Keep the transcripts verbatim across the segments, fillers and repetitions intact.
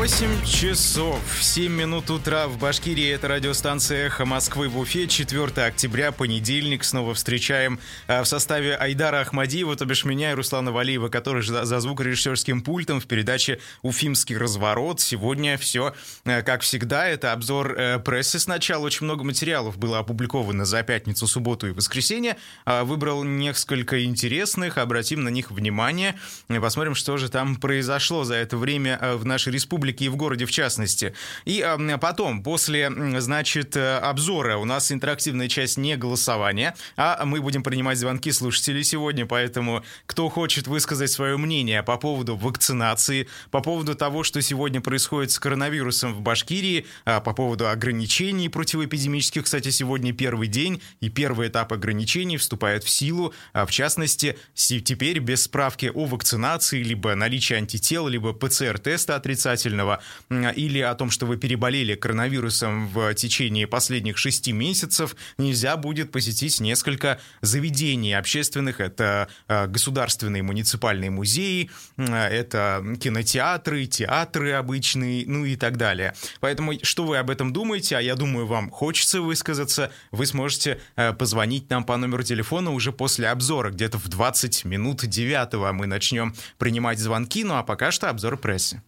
восемь часов семь минут утра в Башкирии. Это радиостанция «Эхо Москвы» в Уфе. четвёртого октября, понедельник. Снова встречаем в составе Айдара Ахмадиева, то бишь меня, и Руслана Валиева, который же за звукорежиссерским пультом в передаче «Уфимский разворот». Сегодня все, как всегда, это обзор прессы сначала. Очень много материалов было опубликовано за пятницу, субботу и воскресенье. Выбрал несколько интересных, обратим на них внимание. Посмотрим, что же там произошло за это время в нашей республике и в городе в частности. И а, потом, после, значит, обзора, у нас интерактивная часть не голосования, а мы будем принимать звонки слушателей сегодня, поэтому кто хочет высказать свое мнение по поводу вакцинации, по поводу того, что сегодня происходит с коронавирусом в Башкирии, а, по поводу ограничений противоэпидемических, кстати, сегодня первый день, и первый этап ограничений вступает в силу, а, в частности, теперь без справки о вакцинации, либо наличии антител, либо ПЦР-теста отрицательного, или о том, что вы переболели коронавирусом в течение последних шести месяцев, нельзя будет посетить несколько заведений общественных. Это государственные муниципальные музеи, это кинотеатры, театры обычные, ну и так далее. Поэтому, что вы об этом думаете? А я думаю, вам хочется высказаться. Вы сможете позвонить нам по номеру телефона уже после обзора. Где-то в двадцать минут девятого мы начнем принимать звонки. Ну а пока что обзор прессы.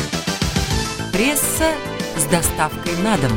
Пресса с доставкой на дом.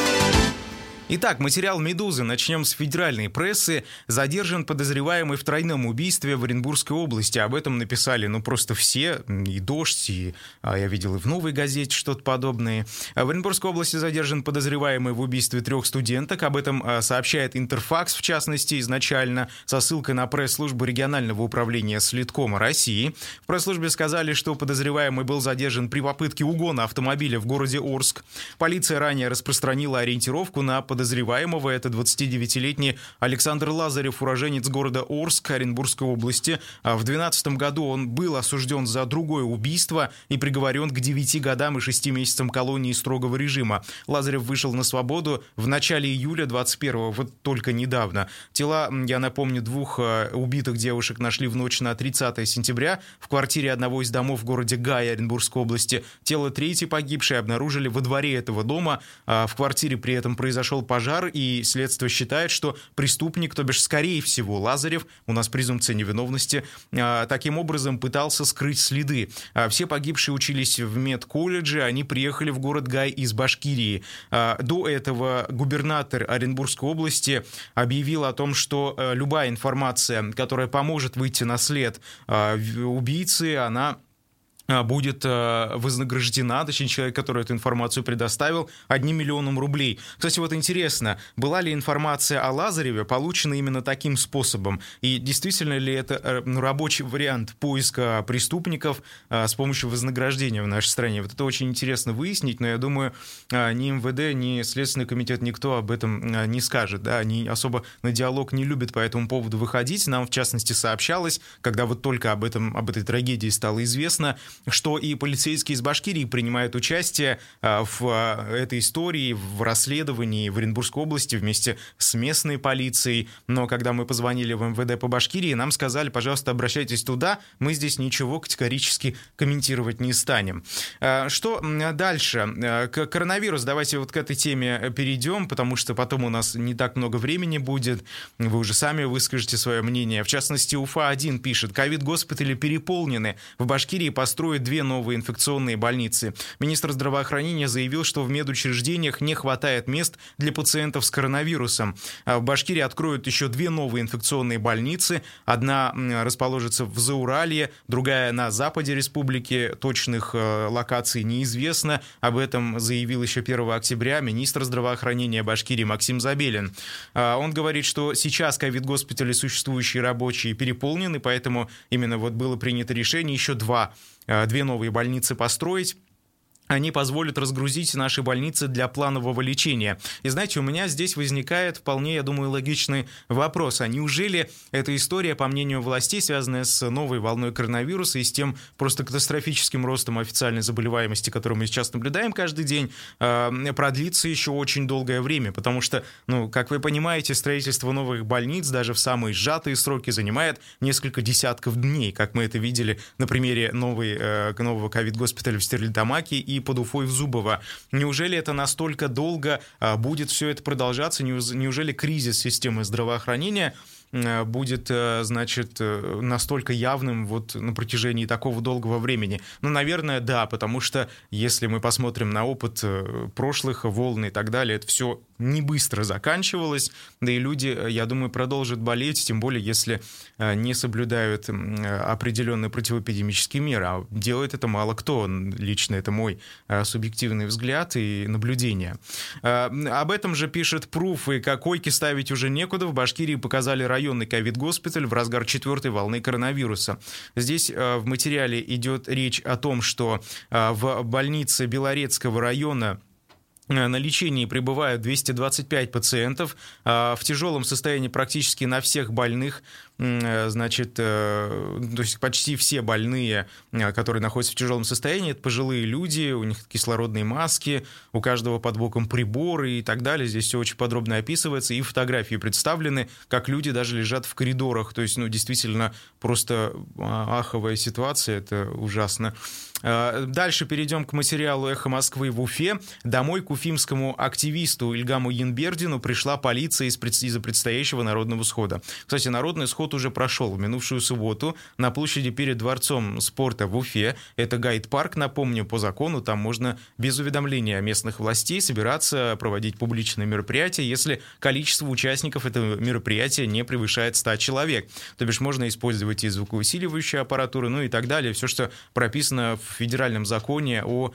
Итак, материал «Медузы». Начнем с федеральной прессы. Задержан подозреваемый в тройном убийстве в Оренбургской области. Об этом написали, ну, просто все. И «Дождь», и а, я видел и в «Новой газете» что-то подобное. В Оренбургской области задержан подозреваемый в убийстве трех студенток. Об этом а, сообщает «Интерфакс», в частности, изначально, со ссылкой на пресс-службу регионального управления Следкома России. В пресс-службе сказали, что подозреваемый был задержан при попытке угона автомобиля в городе Орск. Полиция ранее распространила ориентировку на подозреваемого. Подозреваемого это двадцатидевятилетний Александр Лазарев, уроженец города Орск Оренбургской области. В две тысячи двенадцатом году он был осужден за другое убийство и приговорен к девяти годам и шести месяцам колонии строгого режима. Лазарев вышел на свободу в начале июля двадцать первого, вот только недавно. Тела, я напомню, двух убитых девушек нашли в ночь на тридцатое сентября в квартире одного из домов в городе Гай Оренбургской области. Тело третьей погибшей обнаружили во дворе этого дома. В квартире при этом произошел пожар, и следствие считает, что преступник, то бишь, скорее всего, Лазарев, у нас презумпция невиновности, таким образом пытался скрыть следы. Все погибшие учились в медколледже, они приехали в город Гай из Башкирии. До этого губернатор Оренбургской области объявил о том, что любая информация, которая поможет выйти на след убийцы, она будет вознаграждена, точнее, человек, который эту информацию предоставил, одним миллионом рублей. Кстати, вот интересно, была ли информация о Лазареве получена именно таким способом? И действительно ли это рабочий вариант поиска преступников с помощью вознаграждения в нашей стране? Вот это очень интересно выяснить, но я думаю, ни эм вэ дэ, ни Следственный комитет, никто об этом не скажет. Да? Они особо на диалог не любят по этому поводу выходить. Нам, в частности, сообщалось, когда вот только об этом, об этой трагедии стало известно, что и полицейские из Башкирии принимают участие в этой истории, в расследовании в Оренбургской области вместе с местной полицией. Но когда мы позвонили в эм вэ дэ по Башкирии, нам сказали, пожалуйста, обращайтесь туда, мы здесь ничего категорически комментировать не станем. Что дальше? Коронавирус, давайте вот к этой теме перейдем, потому что потом у нас не так много времени будет. Вы уже сами выскажете свое мнение. В частности, Уфа один пишет, ковид-госпитали переполнены. В Башкирии построят две новые инфекционные больницы. Министр здравоохранения заявил, что в медучреждениях не хватает мест для пациентов с коронавирусом. В Башкирии откроют еще две новые инфекционные больницы. Одна расположится в Зауралье, другая на западе республики. Точных локаций неизвестно. Об этом заявил еще первого октября министр здравоохранения Башкирии Максим Забелин. Он говорит, что сейчас ковид-госпитали существующие рабочие переполнены, поэтому именно вот было принято решение еще два Две новые больницы построить. Они позволят разгрузить наши больницы для планового лечения. И знаете, у меня здесь возникает вполне, я думаю, логичный вопрос. А неужели эта история, по мнению властей, связанная с новой волной коронавируса и с тем просто катастрофическим ростом официальной заболеваемости, которую мы сейчас наблюдаем каждый день, продлится еще очень долгое время? Потому что, ну, как вы понимаете, строительство новых больниц даже в самые сжатые сроки занимает несколько десятков дней, как мы это видели на примере новой, нового ковид-госпиталя в Стерлитамаке и и под Уфой в Зубово. Неужели это настолько долго будет все это продолжаться? Неужели кризис системы здравоохранения будет, значит, настолько явным вот на протяжении такого долгого времени? Ну, наверное, да, потому что если мы посмотрим на опыт прошлых волн и так далее, это все не быстро заканчивалось, да и люди, я думаю, продолжат болеть, тем более, если не соблюдают определенные противоэпидемические меры, а делает это мало кто, лично это мой субъективный взгляд и наблюдение. Об этом же пишет Пруф, и как койки ставить уже некуда, в Башкирии показали районный ковид-госпиталь в разгар четвертой волны коронавируса. Здесь в материале идет речь о том, что в больнице Белорецкого района на лечении пребывают двести двадцать пять пациентов, в тяжелом состоянии практически на всех больных, значит, то есть почти все больные, которые находятся в тяжелом состоянии, это пожилые люди, у них кислородные маски, у каждого под боком приборы и так далее. Здесь все очень подробно описывается, и фотографии представлены, как люди даже лежат в коридорах. То есть, ну, действительно, просто аховая ситуация, это ужасно. Дальше перейдем к материалу «Эхо Москвы» в Уфе. Домой к уфимскому активисту Ильгаму Янбердину пришла полиция из-за предстоящего народного схода. Кстати, народный сход уже прошел в минувшую субботу на площади перед Дворцом спорта в Уфе. Это гайд-парк, напомню, по закону там можно без уведомления местных властей собираться, проводить публичные мероприятия, если количество участников этого мероприятия не превышает ста человек. То бишь можно использовать и звукоусиливающую аппаратуру, ну и так далее. Все, что прописано в федеральном законе о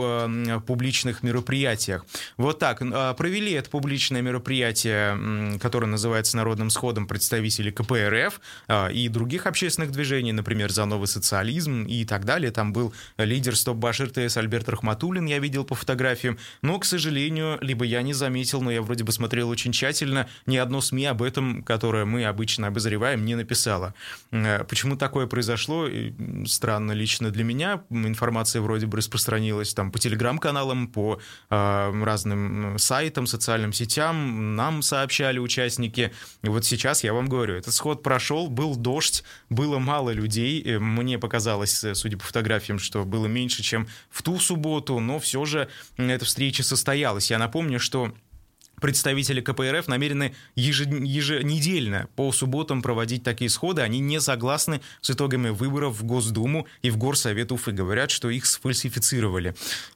публичных мероприятиях. Вот так. Провели это публичное мероприятие, которое называется «Народным сходом», представители ка пэ эр эф и других общественных движений, например, «За новый социализм» и так далее. Там был лидер «Стоп Башир ТС» Альберт Рахматуллин, я видел по фотографиям. Но, к сожалению, либо я не заметил, но я вроде бы смотрел очень тщательно, ни одно СМИ об этом, которое мы обычно обозреваем, не написало. Почему такое произошло? Странно лично для меня. Информация вроде бы распространилась там по телеграм-каналам, по э, разным сайтам, социальным сетям, нам сообщали участники. И вот сейчас я вам говорю, этот сход прошел, был дождь, было мало людей. Мне показалось, судя по фотографиям, что было меньше, чем в ту субботу, но все же эта встреча состоялась. Я напомню, что представители ка пэ эр эф намерены еженедельно по субботам проводить такие сходы. Они не согласны с итогами выборов в Госдуму и в Горсовет Уфы. Говорят, что их сфальсифицировали.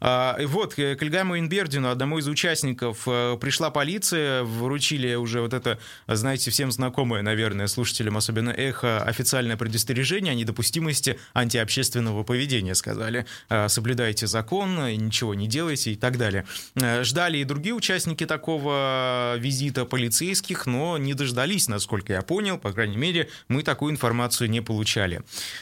И вот, к Ильгаму Янбердину, одному из участников, пришла полиция, вручили уже вот это, знаете, всем знакомое, наверное, слушателям, особенно «Эхо», официальное предостережение о недопустимости антиобщественного поведения. Сказали, соблюдайте закон, ничего не делайте и так далее. Ждали и другие участники такого визита полицейских, но не дождались, насколько я понял. По крайней мере, мы такую информацию не получали.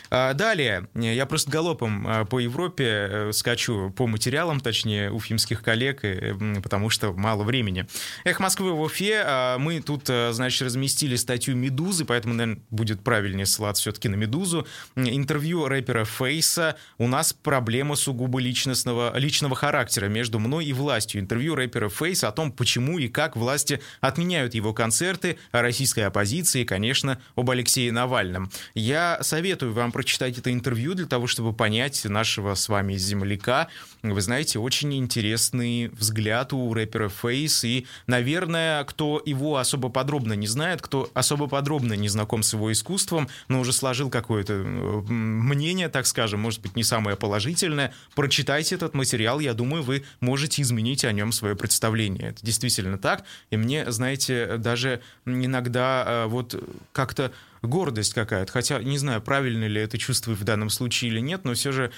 Далее, я просто галопом по Европе скачу по материалам, точнее, уфимских коллег, потому что мало времени. «Эхо Москвы» в Уфе. Мы тут, значит, разместили статью «Медузы», поэтому, наверное, будет правильнее ссылаться все-таки на «Медузу». Интервью рэпера Фейса. У нас проблема сугубо личностного, личного характера между мной и властью. Интервью рэпера Фейса о том, почему и как власти отменяют его концерты, о российской оппозиции и, конечно, об Алексее Навальном. Я советую вам прочитать это интервью для того, чтобы понять нашего с вами земляка. Вы знаете, очень интересный взгляд у рэпера Фейс, и, наверное, кто его особо подробно не знает, кто особо подробно не знаком с его искусством, но уже сложил какое-то мнение, так скажем, может быть, не самое положительное, прочитайте этот материал, я думаю, вы можете изменить о нем свое представление. Это действительно так, и мне, знаете, даже иногда вот как-то гордость какая-то, хотя не знаю, правильно ли это чувствую в данном случае или нет, но все же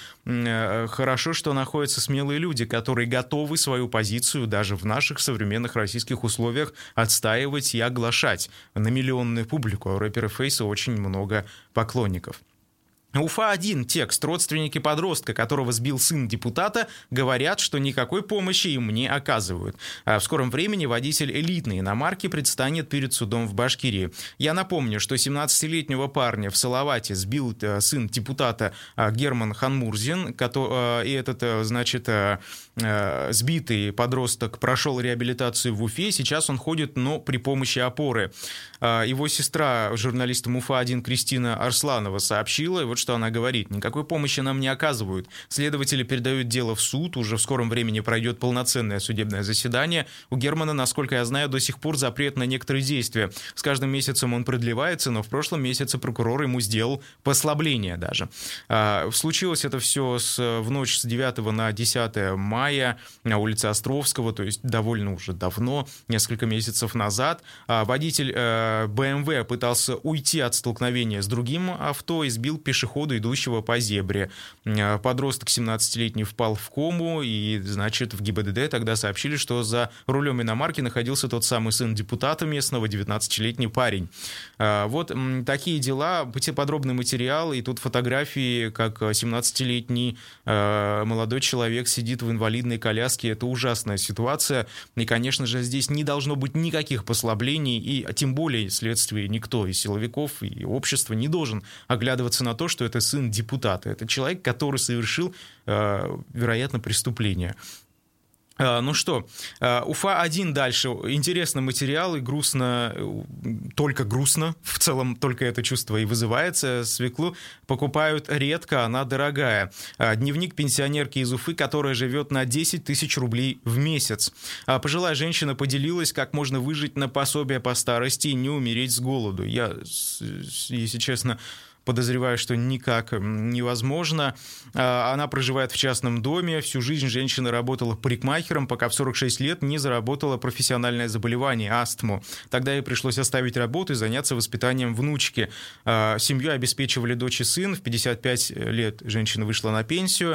хорошо, что находятся смелые люди, которые готовы свою позицию даже в наших современных российских условиях отстаивать и оглашать на миллионную публику. А у рэпера Фейса очень много поклонников. Уфа-один. Текст. Родственники подростка, которого сбил сын депутата, говорят, что никакой помощи им не оказывают. А в скором времени водитель элитной иномарки предстанет перед судом в Башкирии. Я напомню, что семнадцатилетнего парня в Салавате сбил сын депутата Герман Ханмурзин, и этот, значит, сбитый подросток прошел реабилитацию в Уфе, сейчас он ходит, но при помощи опоры. Его сестра журналистам Уфа-один Кристина Арсланова сообщила, вот что она говорит. Никакой помощи нам не оказывают. Следователи передают дело в суд, уже в скором времени пройдет полноценное судебное заседание. У Германа, насколько я знаю, до сих пор запрет на некоторые действия. С каждым месяцем он продлевается, но в прошлом месяце прокурор ему сделал послабление даже. Случилось это все с, в ночь с девятого на десятое мая на улице Островского, то есть довольно уже давно, несколько месяцев назад. Водитель бэ эм вэ пытался уйти от столкновения с другим авто и сбил пешехода, идущего по зебре. Подросток семнадцатилетний впал в кому, и, значит, в гэ бэ дэ дэ тогда сообщили, что за рулем иномарки находился тот самый сын депутата местного, девятнадцатилетний парень. Вот такие дела, подробный материал, и тут фотографии, как семнадцатилетний молодой человек сидит в инвалидной коляске. Это ужасная ситуация, и, конечно же, здесь не должно быть никаких послаблений, и тем более следствие никто из силовиков и общества не должен оглядываться на то, что это сын депутата. Это человек, который совершил, вероятно, преступление. Ну что, Уфа один дальше. Интересный материал, и грустно, только грустно, в целом только это чувство и вызывается. Свеклу покупают редко, она дорогая. Дневник пенсионерки из Уфы, которая живет на десять тысяч рублей в месяц. Пожилая женщина поделилась, как можно выжить на пособие по старости и не умереть с голоду. Я, если честно, подозреваю, что никак невозможно. Она проживает в частном доме. Всю жизнь женщина работала парикмахером, пока в сорок шесть лет не заработала профессиональное заболевание — астму. Тогда ей пришлось оставить работу и заняться воспитанием внучки. Семью обеспечивали дочь и сын. В пятьдесят пять лет женщина вышла на пенсию.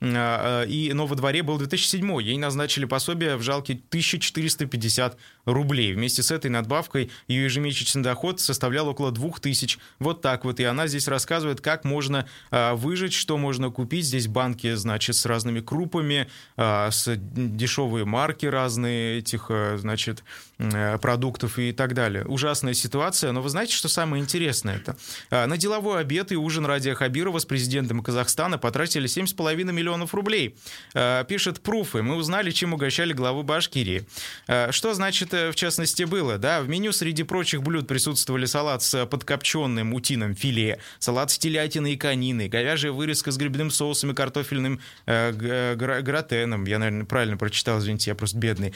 И, но во дворе был две тысячи седьмой. Ей назначили пособие в жалкие тысяча четыреста пятьдесят рублей. Вместе с этой надбавкой ее ежемесячный доход составлял около двух тысяч. Вот так вот. И она здесь рассказывает, как можно выжить, что можно купить. Здесь банки, значит, с разными крупами, с дешевые марки разные этих, значит, продуктов и так далее. Ужасная ситуация. Но вы знаете, что самое интересное это? На деловой обед и ужин Радия Хабирова с президентом Казахстана потратили семь с половиной миллионов рублей. Пишет Пруфы. Мы узнали, чем угощали главу Башкирии. Что, значит, в частности, было? Да, в меню среди прочих блюд присутствовали салат с подкопченным утиным филе, салат с телятиной и кониной, говяжья вырезка с грибным соусом и картофельным э, гратеном. Я, наверное, правильно прочитал, извините, я просто бедный.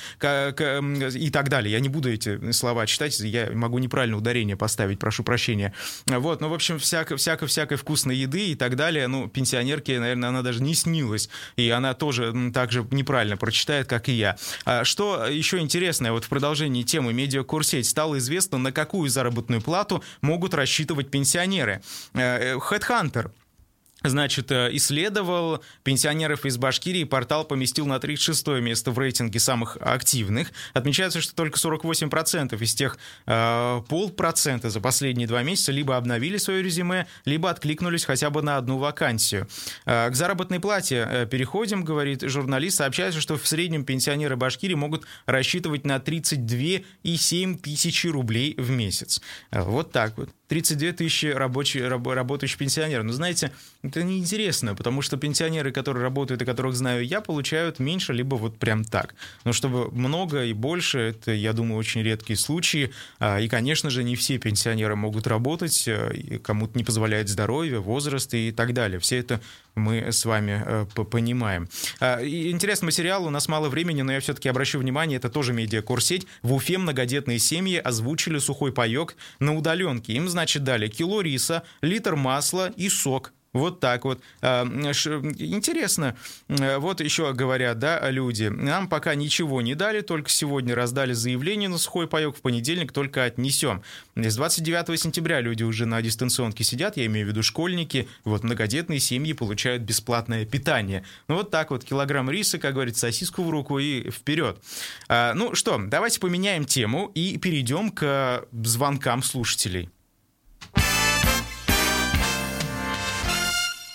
И так далее. Я не буду эти слова читать, я могу неправильно ударение поставить, прошу прощения. Вот, ну, в общем, всяко-всякой вкусной еды и так далее. Ну, пенсионерке, наверное, она даже не снилась, и она тоже так же неправильно прочитает, как и я. Что еще интересное, вот в продолжении темы «Медиакурсеть» стало известно, на какую заработную плату могут рассчитывать пенсионеры. Headhunter, значит, исследовал пенсионеров из Башкирии, портал поместил на тридцать шестое место в рейтинге самых активных. Отмечается, что только сорок восемь процентов из тех э, полпроцента за последние два месяца либо обновили свое резюме, либо откликнулись хотя бы на одну вакансию. Э, к заработной плате переходим, говорит журналист. Сообщается, что в среднем пенсионеры Башкирии могут рассчитывать на тридцать две и семь десятых тысячи рублей в месяц. Э, вот так вот. тридцать две тысячи рабочие, раб, работающих пенсионеров. Но знаете, это неинтересно, потому что пенсионеры, которые работают и которых знаю я, получают меньше, либо вот прям так. Но чтобы много и больше, это, я думаю, очень редкие случаи. И, конечно же, не все пенсионеры могут работать, кому-то не позволяет здоровье, возраст и так далее. Все это мы с вами понимаем. Интересный материал, у нас мало времени, но я все-таки обращу внимание, это тоже медиакурсеть. В Уфе многодетные семьи озвучили сухой паек на удаленке. Им, значит, дали кило риса, литр масла и сок. Вот так вот. Интересно. Вот еще говорят, да, люди. Нам пока ничего не дали, только сегодня раздали заявление на сухой паек, в понедельник только отнесем. С двадцать девятого сентября люди уже на дистанционке сидят, я имею в виду школьники. Вот многодетные семьи получают бесплатное питание. Ну вот так вот, килограмм риса, как говорится, сосиску в руку и вперед. Ну что, давайте поменяем тему и перейдем к звонкам слушателей.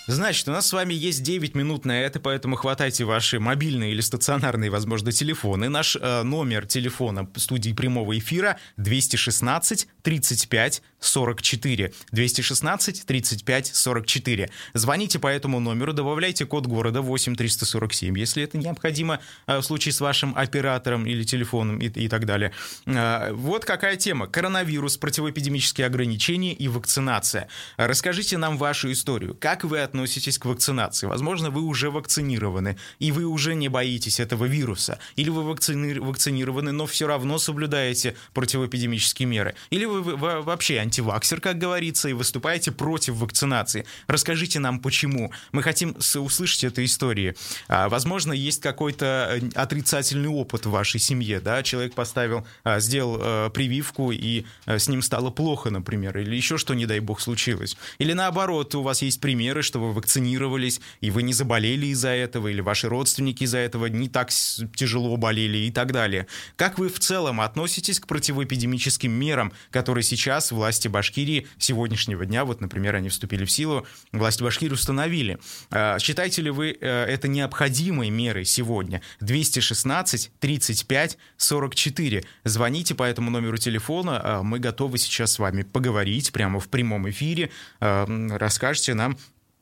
Значит, у нас с вами есть девять минут на это, поэтому хватайте ваши мобильные или стационарные, возможно, телефоны. Наш э, номер телефона студии прямого эфира двести шестнадцать тридцать пять сорок четыре. двести шестнадцать тридцать пять сорок четыре. Звоните по этому номеру, добавляйте код города восемь триста сорок семь, если это необходимо э, в случае с вашим оператором или телефоном и, и так далее. Э, вот какая тема. Коронавирус, противоэпидемические ограничения и вакцинация. Расскажите нам вашу историю. Как вы относитесь к вакцинации? Возможно, вы уже вакцинированы, и вы уже не боитесь этого вируса. Или вы вакцини- вакцинированы, но все равно соблюдаете противоэпидемические меры. Или вы, вы, вы вообще антиваксер, как говорится, и выступаете против вакцинации. Расскажите нам, почему. Мы хотим с- услышать эту историю. А, возможно, есть какой-то отрицательный опыт в вашей семье. Да? Человек поставил, а, сделал а, прививку, и а, с ним стало плохо, например. Или еще что, не дай бог, случилось. Или наоборот, у вас есть примеры, что вы вакцинировались, и вы не заболели из-за этого, или ваши родственники из-за этого не так тяжело болели и так далее. Как вы в целом относитесь к противоэпидемическим мерам, которые сейчас власти Башкирии сегодняшнего дня, вот, например, они вступили в силу, власти Башкирии установили? Считаете ли вы это необходимой мерой сегодня? двести шестнадцать тридцать пять сорок четыре. Звоните по этому номеру телефона, мы готовы сейчас с вами поговорить прямо в прямом эфире, расскажете нам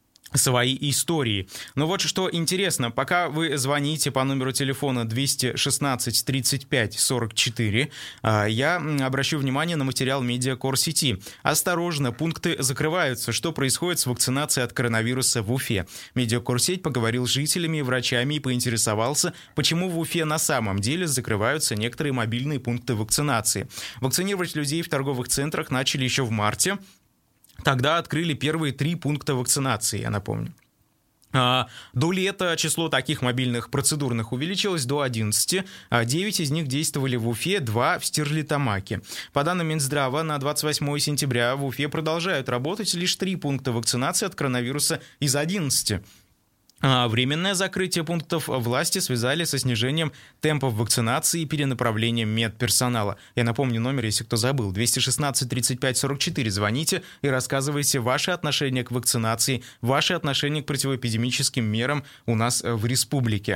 свои истории. Но вот что интересно, пока вы звоните по номеру телефона двести шестнадцать тридцать пять сорок четыре, я обращу внимание на материал Медиакор сети. Осторожно, пункты закрываются. Что происходит с вакцинацией от коронавируса в Уфе? Медиакор сеть поговорил с жителями и врачами и поинтересовался, почему в Уфе на самом деле закрываются некоторые мобильные пункты вакцинации. Вакцинировать людей в торговых центрах начали еще в марте. Тогда открыли первые три пункта вакцинации, я напомню. До лета число таких мобильных процедурных увеличилось до одиннадцати, а девять из них действовали в Уфе, два в Стерлитамаке. По данным Минздрава, на двадцать восьмое сентября в Уфе продолжают работать лишь три пункта вакцинации от коронавируса из одиннадцати. Временное закрытие пунктов власти связали со снижением темпов вакцинации и перенаправлением медперсонала. Я напомню номер, если кто забыл. двести шестнадцать тридцать пять сорок четыре. Звоните и рассказывайте ваши отношения к вакцинации, ваши отношения к противоэпидемическим мерам у нас в республике.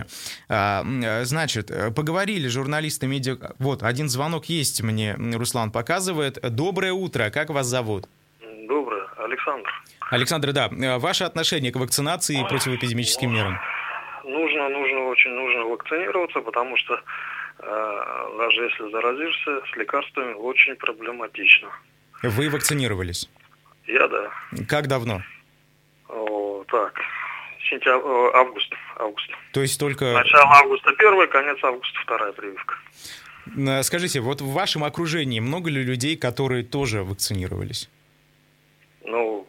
Значит, поговорили журналисты медиа... Вот, один звонок есть мне, Руслан показывает. Доброе утро, как вас зовут? Доброе, Александр. Александр, да, ваше отношение к вакцинации и противоэпидемическим мерам? Нужно, нужно, очень нужно вакцинироваться, потому что э, даже если заразишься, с лекарствами очень проблематично. Вы вакцинировались? Я, да. Как давно? О, так, сентябрь, август, август. То есть только... Начало августа первая, конец августа вторая прививка. Скажите, вот в вашем окружении много ли людей, которые тоже вакцинировались? Ну,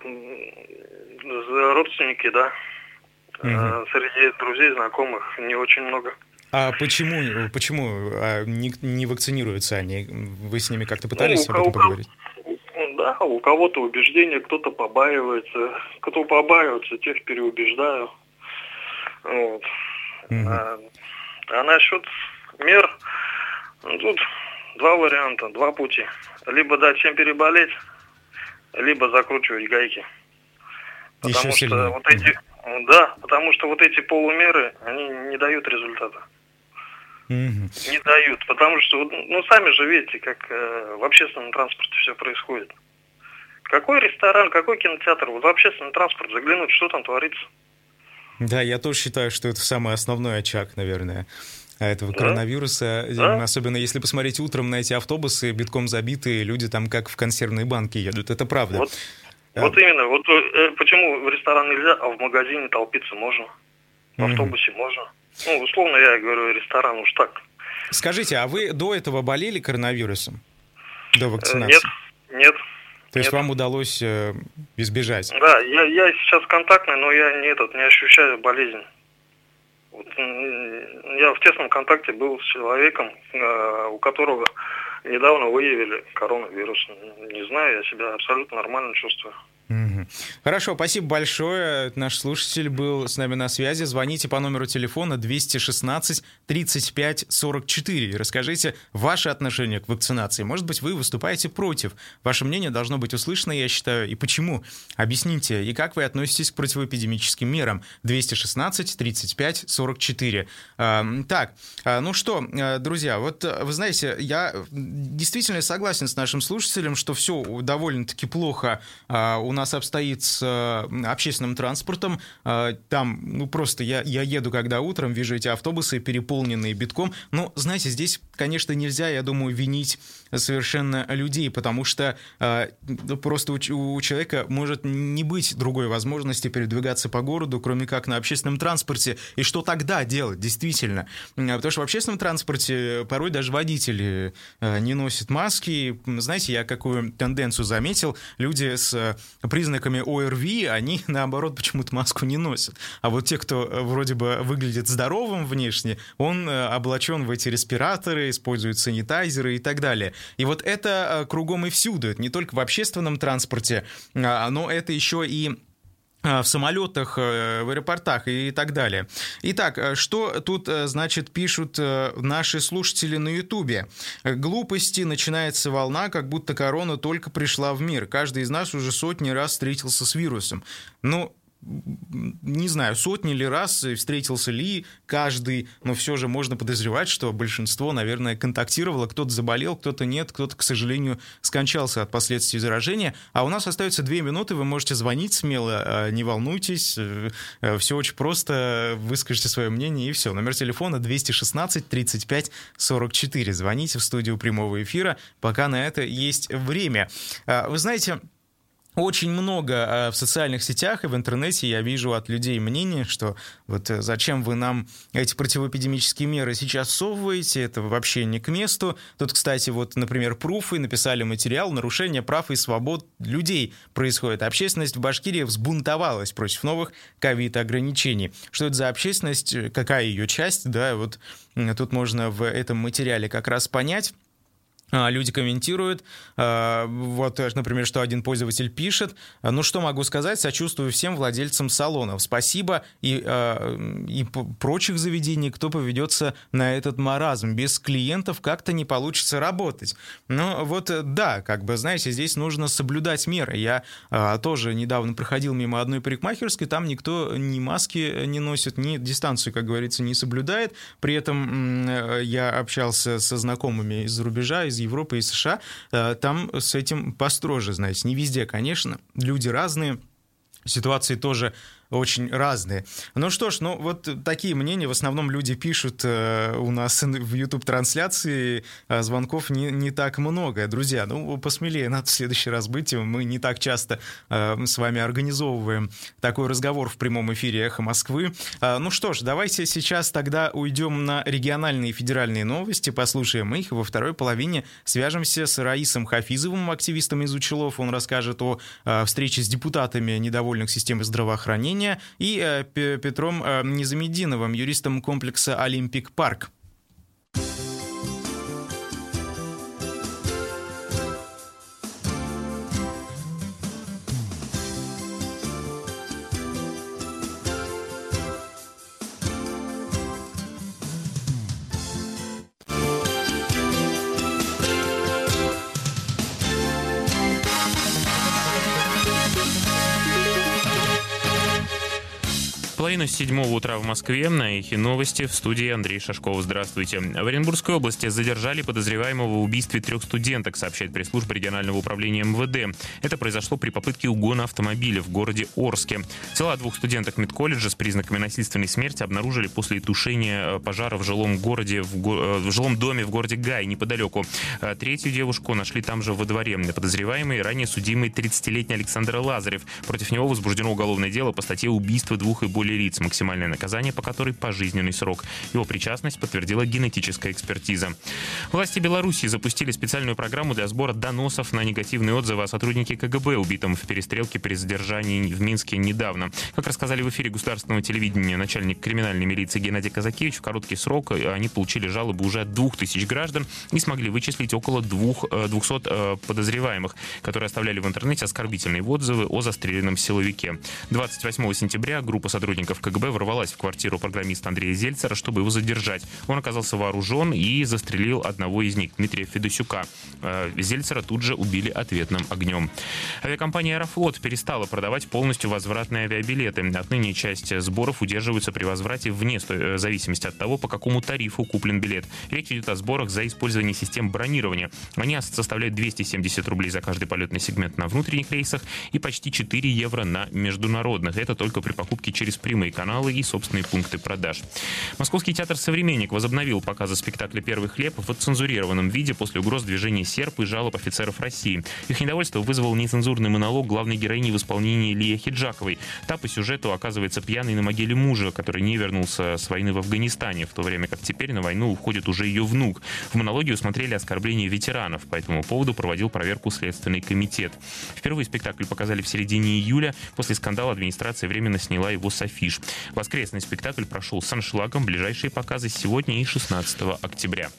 родственники, да. Угу. Среди друзей, знакомых не очень много. А почему, почему не, не вакцинируются они? Вы с ними как-то пытались ну, об этом поговорить? Да, у кого-то убеждения, кто-то побаивается. Кто побаивается, тех переубеждаю. Вот. Угу. А, а насчет мер, ну, тут два варианта, два пути. Либо дать всем переболеть, либо закручивать гайки. Потому Еще что вот эти, да, потому что вот эти полумеры, они не дают результата. Mm-hmm. Не дают, потому что, ну, сами же видите, как э, в общественном транспорте все происходит. Какой ресторан, какой кинотеатр, вот в общественный транспорт заглянуть, что там творится? Да, я тоже считаю, что это самый основной очаг, наверное, этого да? коронавируса. Да? Особенно если посмотреть утром на эти автобусы, битком забитые, люди там как в консервные банки едут. Это правда. Вот, да. вот именно. Вот э, почему в ресторан нельзя, а в магазине толпиться можно? В mm-hmm. автобусе можно. Ну, условно, я говорю, ресторан уж так. Скажите, а вы до этого болели коронавирусом? До вакцинации? Нет, нет. То есть нет. вам удалось э, избежать? Да, я, я сейчас контактный, но я не, этот, не ощущаю болезнь. Вот, я в тесном контакте был с человеком, э, у которого недавно выявили коронавирус. Не знаю, я себя абсолютно нормально чувствую. Угу. Хорошо, спасибо большое. Наш слушатель был с нами на связи. Звоните по номеру телефона двести шестнадцать тридцать пять сорок четыре и расскажите ваши отношения к вакцинации. Может быть, вы выступаете против. Ваше мнение должно быть услышано, я считаю. И почему? Объясните. И как вы относитесь к противоэпидемическим мерам? двести шестнадцать тридцать пять сорок четыре. Так, ну что, друзья, вот вы знаете, я действительно согласен с нашим слушателем, что все довольно-таки плохо у нас обстоит с общественным транспортом. Там, ну просто я, я еду, когда утром вижу эти автобусы, переполненные битком. Но, знаете, здесь, конечно, нельзя, я думаю, винить совершенно людей, потому что просто у, у человека может не быть другой возможности передвигаться по городу, кроме как на общественном транспорте. И что тогда делать, действительно? Потому что в общественном транспорте порой даже водители не носят маски. Знаете, я какую тенденцию заметил? Люди с признаками ОРВИ, они, наоборот, почему-то маску не носят. А вот те, кто вроде бы выглядит здоровым внешне, он облачен в эти респираторы, использует санитайзеры и так далее. И вот это кругом и всюду. Это не только в общественном транспорте, но это еще и в самолетах, в аэропортах и так далее. Итак, что тут, значит, пишут наши слушатели на Ютубе? Глупости, начинается волна, как будто корона только пришла в мир. Каждый из нас уже сотни раз встретился с вирусом. Ну, не знаю, сотни ли раз встретился ли каждый, но все же можно подозревать, что большинство, наверное, контактировало, кто-то заболел, кто-то нет, кто-то, к сожалению, скончался от последствий заражения. А у нас остается две минуты, вы можете звонить смело, не волнуйтесь, все очень просто, выскажите свое мнение и все. Номер телефона двести шестнадцать тридцать пять сорок четыре. Звоните в студию прямого эфира, пока на это есть время. Вы знаете, очень много в социальных сетях и в интернете я вижу от людей мнение, что вот зачем вы нам эти противоэпидемические меры сейчас всовываете, это вообще не к месту. Тут, кстати, вот, например, Пруфы написали материал «Нарушение прав и свобод людей происходит». Общественность в Башкирии взбунтовалась против новых ковид-ограничений. Что это за общественность, какая ее часть, да, вот тут можно в этом материале как раз понять. Люди комментируют, вот, например, что один пользователь пишет: ну что могу сказать, сочувствую всем владельцам салонов, спасибо, и, и прочих заведений, кто поведется на этот маразм, без клиентов как-то не получится работать. Ну вот да, как бы, знаете, здесь нужно соблюдать меры. Я тоже недавно проходил мимо одной парикмахерской, там никто ни маски не носит, ни дистанцию, как говорится, не соблюдает, при этом я общался со знакомыми из-за рубежа, из Европы и США, там с этим построже, знаете, не везде, конечно, люди разные, ситуации тоже очень разные. Ну что ж, ну вот такие мнения в основном люди пишут э, у нас в YouTube-трансляции, а звонков не, не так много. Друзья, ну посмелее надо в следующий раз быть, мы не так часто э, с вами организовываем такой разговор в прямом эфире «Эхо Москвы». Э, ну что ж, давайте сейчас тогда уйдем на региональные и федеральные новости, послушаем их, и во второй половине свяжемся с Раисом Хафизовым, активистом из Учелов. Он расскажет о э, встрече с депутатами, недовольных системой здравоохранения, и э, Петром э, Низамеддиновым, юристом комплекса «Олимпик Парк». Половина седьмого утра в Москве. На Эхе новости. В студии Андрей Шашков. Здравствуйте. В Оренбургской области задержали подозреваемого в убийстве трех студенток, сообщает пресс-служба регионального управления эм вэ дэ. Это произошло при попытке угона автомобиля в городе Орске. Тела двух студенток медколледжа с признаками насильственной смерти обнаружили после тушения пожара в жилом городе, в, го... в жилом доме в городе Гай, неподалеку. Третью девушку нашли там же во дворе. Подозреваемый ранее судимый тридцатилетний Александр Лазарев. Против него возбуждено уголовное дело по статье «Убийство двух и более лиц». лиц, максимальное наказание по которой пожизненный срок. Его причастность подтвердила генетическая экспертиза. Власти Беларуси запустили специальную программу для сбора доносов на негативные отзывы о сотруднике ка гэ бэ, убитом в перестрелке при задержании в Минске недавно. Как рассказали в эфире государственного телевидения начальник криминальной милиции Геннадий Казакевич, в короткий срок они получили жалобы уже от двух тысяч граждан и смогли вычислить около двух, двухсот подозреваемых, которые оставляли в интернете оскорбительные отзывы о застреленном силовике. двадцать восьмого сентября группа сотрудников ка гэ бэ ворвалась в квартиру программиста Андрея Зельцера, чтобы его задержать. Он оказался вооружен и застрелил одного из них, Дмитрия Федосюка. Зельцера тут же убили ответным огнем. Авиакомпания «Аэрофлот» перестала продавать полностью возвратные авиабилеты. Отныне часть сборов удерживаются при возврате вне зависимости от того, по какому тарифу куплен билет. Речь идет о сборах за использование систем бронирования. Они составляют двести семьдесят рублей за каждый полетный сегмент на внутренних рейсах и почти четыре евро на международных. Это только при покупке через прямые каналы и собственные пункты продаж. Московский театр «Современник» возобновил показы спектакля «Первый хлеб» в отцензурированном виде после угроз движения «Серп» и жалоб офицеров России. Их недовольство вызвал нецензурный монолог главной героини в исполнении Лии Ахеджаковой. Та по сюжету оказывается пьяной на могиле мужа, который не вернулся с войны в Афганистане, в то время как теперь на войну уходит уже ее внук. В монологе усмотрели оскорбления ветеранов. По этому поводу проводил проверку Следственный комитет. Впервые спектакль показали в середине июля. После скандала администрация временно сняла его с афиш. Воскресный спектакль прошел с аншлагом. Ближайшие показы сегодня и шестнадцатого октября.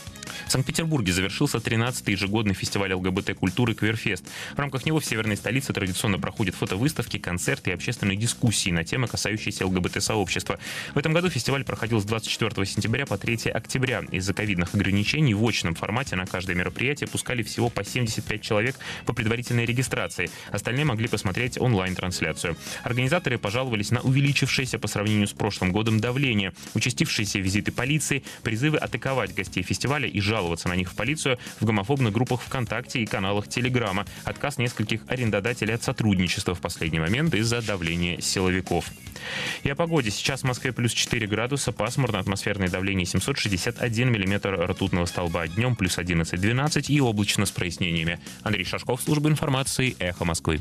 В Санкт-Петербурге завершился тринадцатый ежегодный фестиваль эл гэ бэ тэ-культуры «Квирфест». В рамках него в северной столице традиционно проходят фотовыставки, концерты и общественные дискуссии на темы, касающиеся эл гэ бэ тэ-сообщества. В этом году фестиваль проходил с двадцать четвёртого сентября по третьего октября. Из-за ковидных ограничений в очном формате на каждое мероприятие пускали всего по семьдесят пять человек по предварительной регистрации. Остальные могли посмотреть онлайн-трансляцию. Организаторы пожаловались на увеличившееся по сравнению с прошлым годом давление, участившиеся визиты полиции, призывы атаковать гостей фестиваля и жаловаться на них в полицию в гомофобных группах ВКонтакте и каналах Телеграма, отказ нескольких арендодателей от сотрудничества в последний момент из-за давления силовиков. И о погоде. Сейчас в Москве плюс четыре градуса, пасмурно, атмосферное давление семьсот шестьдесят один миллиметр ртутного столба, днем плюс одиннадцать двенадцать и облачно с прояснениями. Андрей Шашков, служба информации, Эхо Москвы.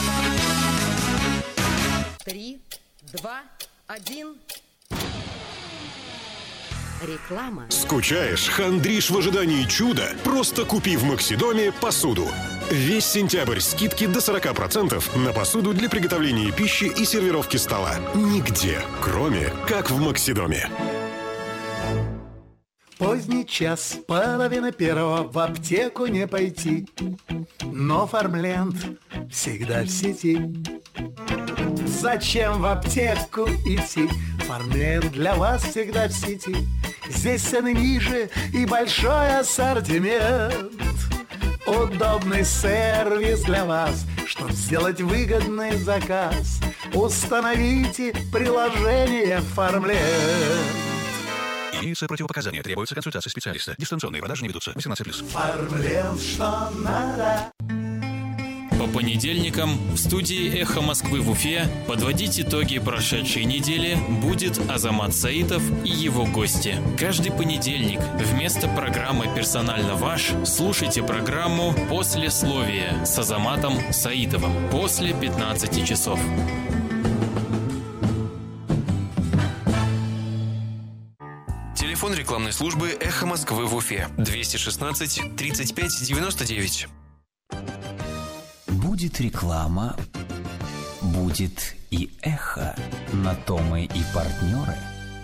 Три, два, один... Реклама. Скучаешь, хандришь в ожидании чуда? Просто купи в Максидоме посуду. Весь сентябрь скидки до сорок процентов на посуду для приготовления пищи и сервировки стола. Нигде, кроме как в Максидоме. Поздний час, половина первого, в аптеку не пойти. Но Фармленд всегда в сети. Зачем в аптеку идти? Фармленд для вас всегда в сети. Здесь цены ниже и большой ассортимент. Удобный сервис для вас, чтобы сделать выгодный заказ. Установите приложение Фармленд. Имеются противопоказания, требуется консультация специалиста. Дистанционные продажи не ведутся. восемнадцать плюс. Фармленд, что надо. По понедельникам в студии «Эхо Москвы» в Уфе подводить итоги прошедшей недели будет Азамат Саитов и его гости. Каждый понедельник вместо программы «Персонально ваш» слушайте программу «Послесловие» с Азаматом Саитовым после пятнадцати часов. Телефон рекламной службы «Эхо Москвы» в Уфе двести шестнадцать тридцать пять девяносто девять. Будет реклама, будет и эхо. На то мы и партнеры.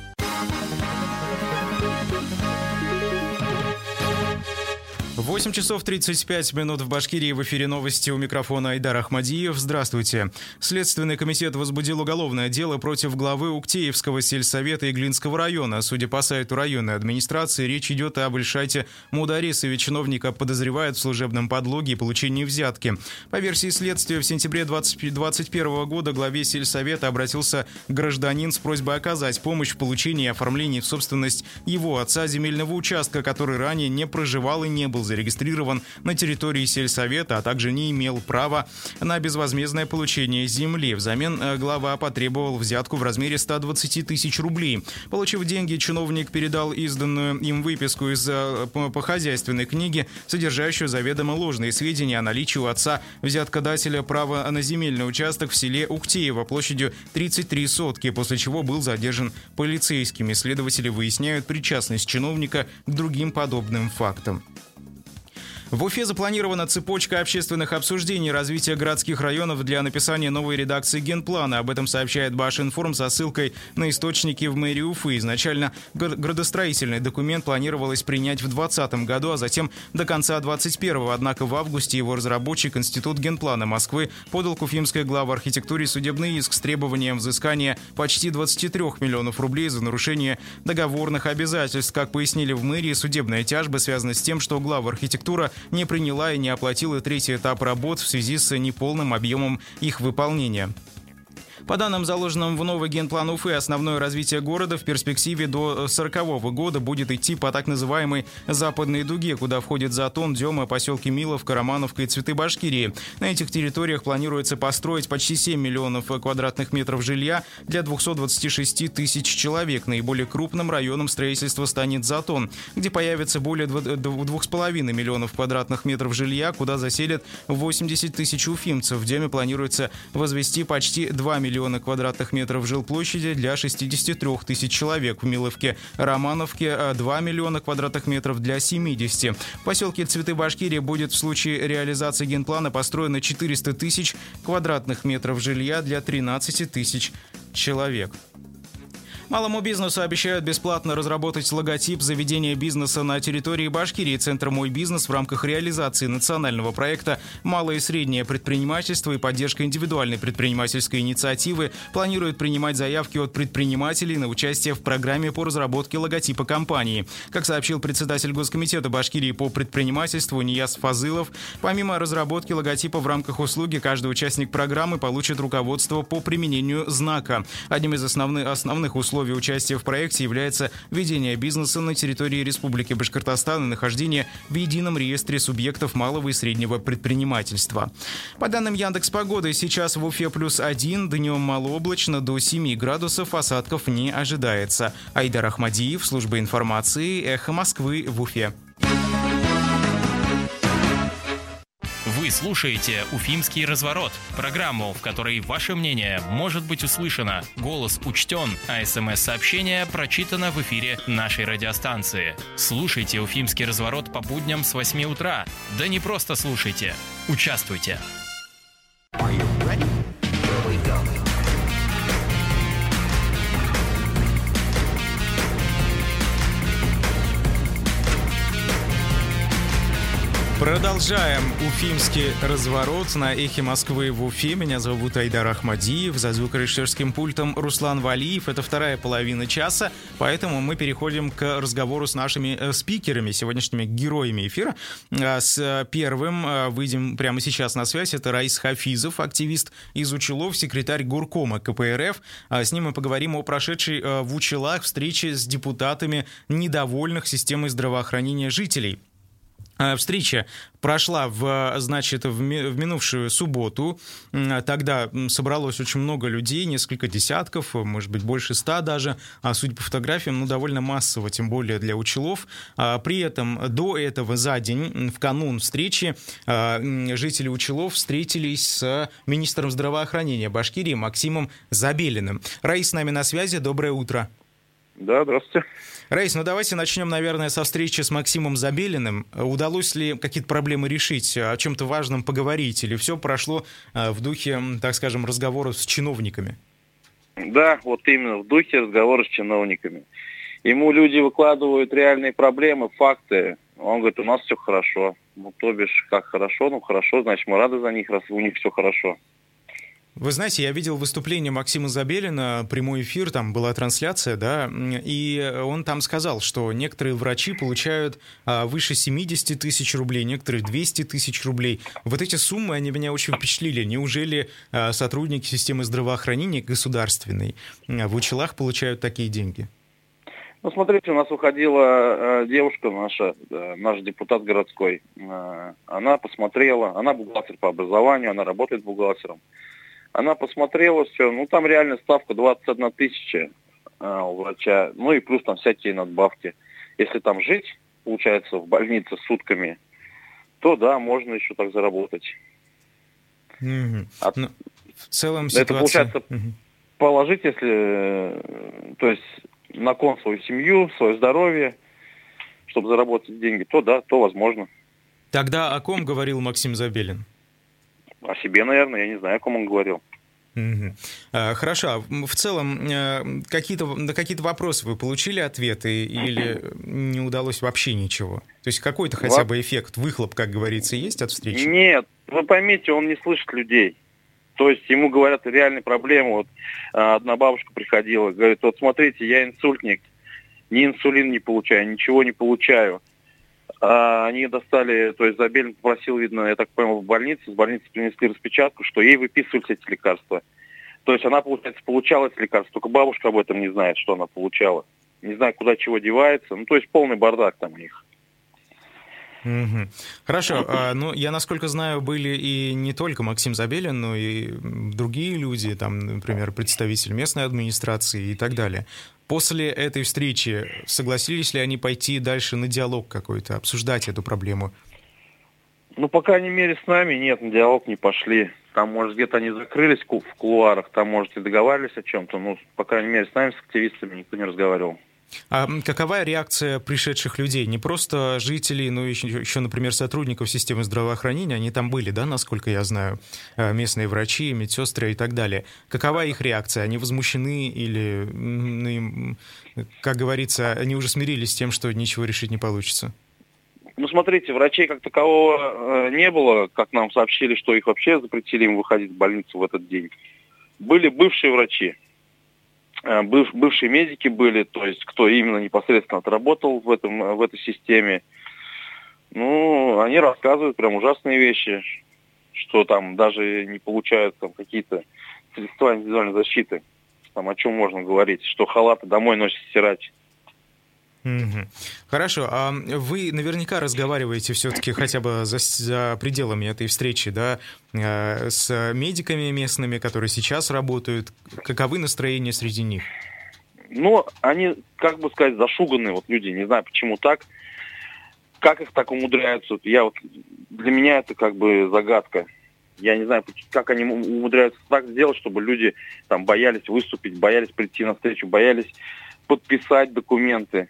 восемь часов тридцать пять минут в Башкирии. В эфире новости, у микрофона Айдар Ахмадиев. Здравствуйте. Следственный комитет возбудил уголовное дело против главы Уктеевского сельсовета Иглинского района. Судя по сайту районной администрации, речь идет об Ильшате Мударисове. Чиновника подозревают в служебном подлоге и получении взятки. По версии следствия, в сентябре двадцать первого года главе сельсовета обратился гражданин с просьбой оказать помощь в получении и оформлении в собственность его отца земельного участка, который ранее не проживал и не был зарегистрирован на территории сельсовета, а также не имел права на безвозмездное получение земли. Взамен глава потребовал взятку в размере ста двадцати тысяч рублей. Получив деньги, чиновник передал изданную им выписку из по хозяйственной книги, содержащую заведомо ложные сведения о наличии у отца взяткодателя права на земельный участок в селе Уктеево площадью тридцать три сотки, после чего был задержан полицейскими. Следователи выясняют причастность чиновника к другим подобным фактам. В Уфе запланирована цепочка общественных обсуждений развития городских районов для написания новой редакции генплана. Об этом сообщает Башинформ со ссылкой на источники в мэрии Уфы. Изначально градостроительный документ планировалось принять в двадцатом году, а затем до конца двадцать первого. Однако в августе его разработчик Институт генплана Москвы подал к уфимской главе архитектуре судебный иск с требованием взыскания почти двадцати трёх миллионов рублей за нарушение договорных обязательств. Как пояснили в мэрии, судебная тяжба связана с тем, что глава архитектура не приняла и не оплатила третий этап работ в связи с неполным объемом их выполнения. По данным, заложенным в новый генплан Уфы, основное развитие города в перспективе до сорокового года будет идти по так называемой западной дуге, куда входит Затон, Дема, поселки Миловка, Романовка и Цветы Башкирии. На этих территориях планируется построить почти семь миллионов квадратных метров жилья для двухсот двадцати шести тысяч человек. Наиболее крупным районом строительства станет Затон, где появится более двух с половиной миллионов квадратных метров жилья, куда заселят восемьдесят тысяч уфимцев. В Деме планируется возвести почти два миллиона миллиона квадратных метров жилплощади для шестидесяти трёх тысяч человек. В Миловке, Романовке два миллиона квадратных метров для семидесяти. В поселке Цветы Башкирии будет в случае реализации генплана построено четыреста тысяч квадратных метров жилья для тринадцати тысяч человек. Малому бизнесу обещают бесплатно разработать логотип заведения бизнеса на территории Башкирии. Центр «Мой бизнес» в рамках реализации национального проекта «Малое и среднее предпринимательство» и поддержка индивидуальной предпринимательской инициативы планирует принимать заявки от предпринимателей на участие в программе по разработке логотипа компании. Как сообщил председатель Госкомитета Башкирии по предпринимательству Нияз Фазылов, помимо разработки логотипа в рамках услуги, каждый участник программы получит руководство по применению знака. Одним из основных, основных условий участия в проекте является ведение бизнеса на территории Республики Башкортостан и нахождение в едином реестре субъектов малого и среднего предпринимательства. По данным Яндекс.Погоды, сейчас в Уфе плюс один, днем малооблачно до семи градусов, осадков не ожидается. Айдар Ахмадиев, служба информации, Эхо Москвы в Уфе. Вы слушаете «Уфимский разворот» – программу, в которой ваше мнение может быть услышано, голос учтен, а СМС-сообщение прочитано в эфире нашей радиостанции. Слушайте «Уфимский разворот» по будням с восьми утра. Да не просто слушайте, участвуйте. Продолжаем уфимский разворот на Эхе Москвы в Уфе. Меня зовут Айдар Ахмадиев, за звукорежиссерским пультом Руслан Валиев. Это вторая половина часа, поэтому мы переходим к разговору с нашими спикерами, сегодняшними героями эфира. С первым выйдем прямо сейчас на связь. Это Раис Хафизов, активист из Учелов, секретарь горкома ка пэ эр эф. С ним мы поговорим о прошедшей в Учелах встрече с депутатами недовольных системой здравоохранения жителей. Встреча прошла в, значит, в минувшую субботу. Тогда собралось очень много людей, несколько десятков, может быть, больше ста даже. А судя по фотографиям, ну, довольно массово, тем более для Учелов. При этом до этого за день, в канун встречи, жители Учелов встретились с министром здравоохранения Башкирии Максимом Забелиным. Раис с нами на связи. Доброе утро. Да, здравствуйте. Раис, ну давайте начнем, наверное, со встречи с Максимом Забелиным. Удалось ли какие-то проблемы решить, о чем-то важном поговорить, или все прошло в духе, так скажем, разговоров с чиновниками? Да, вот именно в духе разговора с чиновниками. Ему люди выкладывают реальные проблемы, факты. Он говорит, у нас все хорошо. Ну, то бишь, как хорошо? Ну, хорошо, значит, мы рады за них, раз у них все хорошо. Вы знаете, я видел выступление Максима Забелина, прямой эфир, там была трансляция, да, и он там сказал, что некоторые врачи получают а, выше семидесяти тысяч рублей, некоторые двести тысяч рублей. Вот эти суммы, они меня очень впечатлили. Неужели а, сотрудники системы здравоохранения государственной а, в Учелах получают такие деньги? Ну, смотрите, у нас выходила э, девушка наша, э, наш депутат городской. Э, она посмотрела, она бухгалтер по образованию, она работает бухгалтером. Она посмотрела все, ну, там реальная ставка двадцать одна тысяча э, у врача, ну, и плюс там всякие надбавки. Если там жить, получается, в больнице сутками, то, да, можно еще так заработать. Mm-hmm. От... Ну, в целом ситуация... Это, получается, mm-hmm. положить, если, то есть, на кон свою семью, свое здоровье, чтобы заработать деньги, то да, то возможно. Тогда о ком говорил Максим Забелин? О себе, наверное, я не знаю, о ком он говорил. Угу. А, хорошо. В целом, какие-то, на какие-то вопросы вы получили ответы или не удалось вообще ничего? То есть какой-то хотя Во... бы эффект, выхлоп, как говорится, есть от встречи? Нет, вы поймите, он не слышит людей. То есть ему говорят реальные проблемы. Вот одна бабушка приходила, говорит, вот смотрите, я инсультник, ни инсулин не получаю, ничего не получаю. А они достали, то есть Забелин попросил, видно, я так понял, в больнице, с больницы принесли распечатку, что ей выписывались эти лекарства. То есть она, получается, получала эти лекарства, только бабушка об этом не знает, что она получала. Не знаю, куда чего девается. Ну, то есть полный бардак там у них. Угу. Хорошо. А, ну, я, насколько знаю, были и не только Максим Забелин, но и другие люди, там, например, представитель местной администрации и так далее. После этой встречи согласились ли они пойти дальше на диалог какой-то, обсуждать эту проблему? Ну, по крайней мере, с нами нет, на диалог не пошли. Там, может, где-то они закрылись в кулуарах, там, может, и договаривались о чем-то. Но, по крайней мере, с нами, с активистами, никто не разговаривал. А какова реакция пришедших людей? Не просто жителей, но еще, еще, например, сотрудников системы здравоохранения. Они там были, да, насколько я знаю, местные врачи, медсестры и так далее. Какова их реакция? Они возмущены или, как говорится, они уже смирились с тем, что ничего решить не получится? Ну, смотрите, врачей как такового не было, как нам сообщили, что их вообще запретили им выходить в больницу в этот день. Были бывшие врачи. Быв, бывшие медики были, то есть кто именно непосредственно отработал в, этом, в этой системе. Ну, они рассказывают прям ужасные вещи, что там даже не получают там какие-то средства индивидуальной защиты. Там о чем можно говорить, что халаты домой носят стирать. Угу. Хорошо, а вы наверняка разговариваете все-таки хотя бы за, за пределами этой встречи, да, с медиками местными, которые сейчас работают. Каковы настроения среди них? Ну, они, как бы сказать, зашуганные вот люди, не знаю, почему так. Как их так умудряются? Я вот, для меня это как бы загадка. Я не знаю, как они умудряются так сделать, чтобы люди там боялись выступить, боялись прийти на встречу, боялись подписать документы.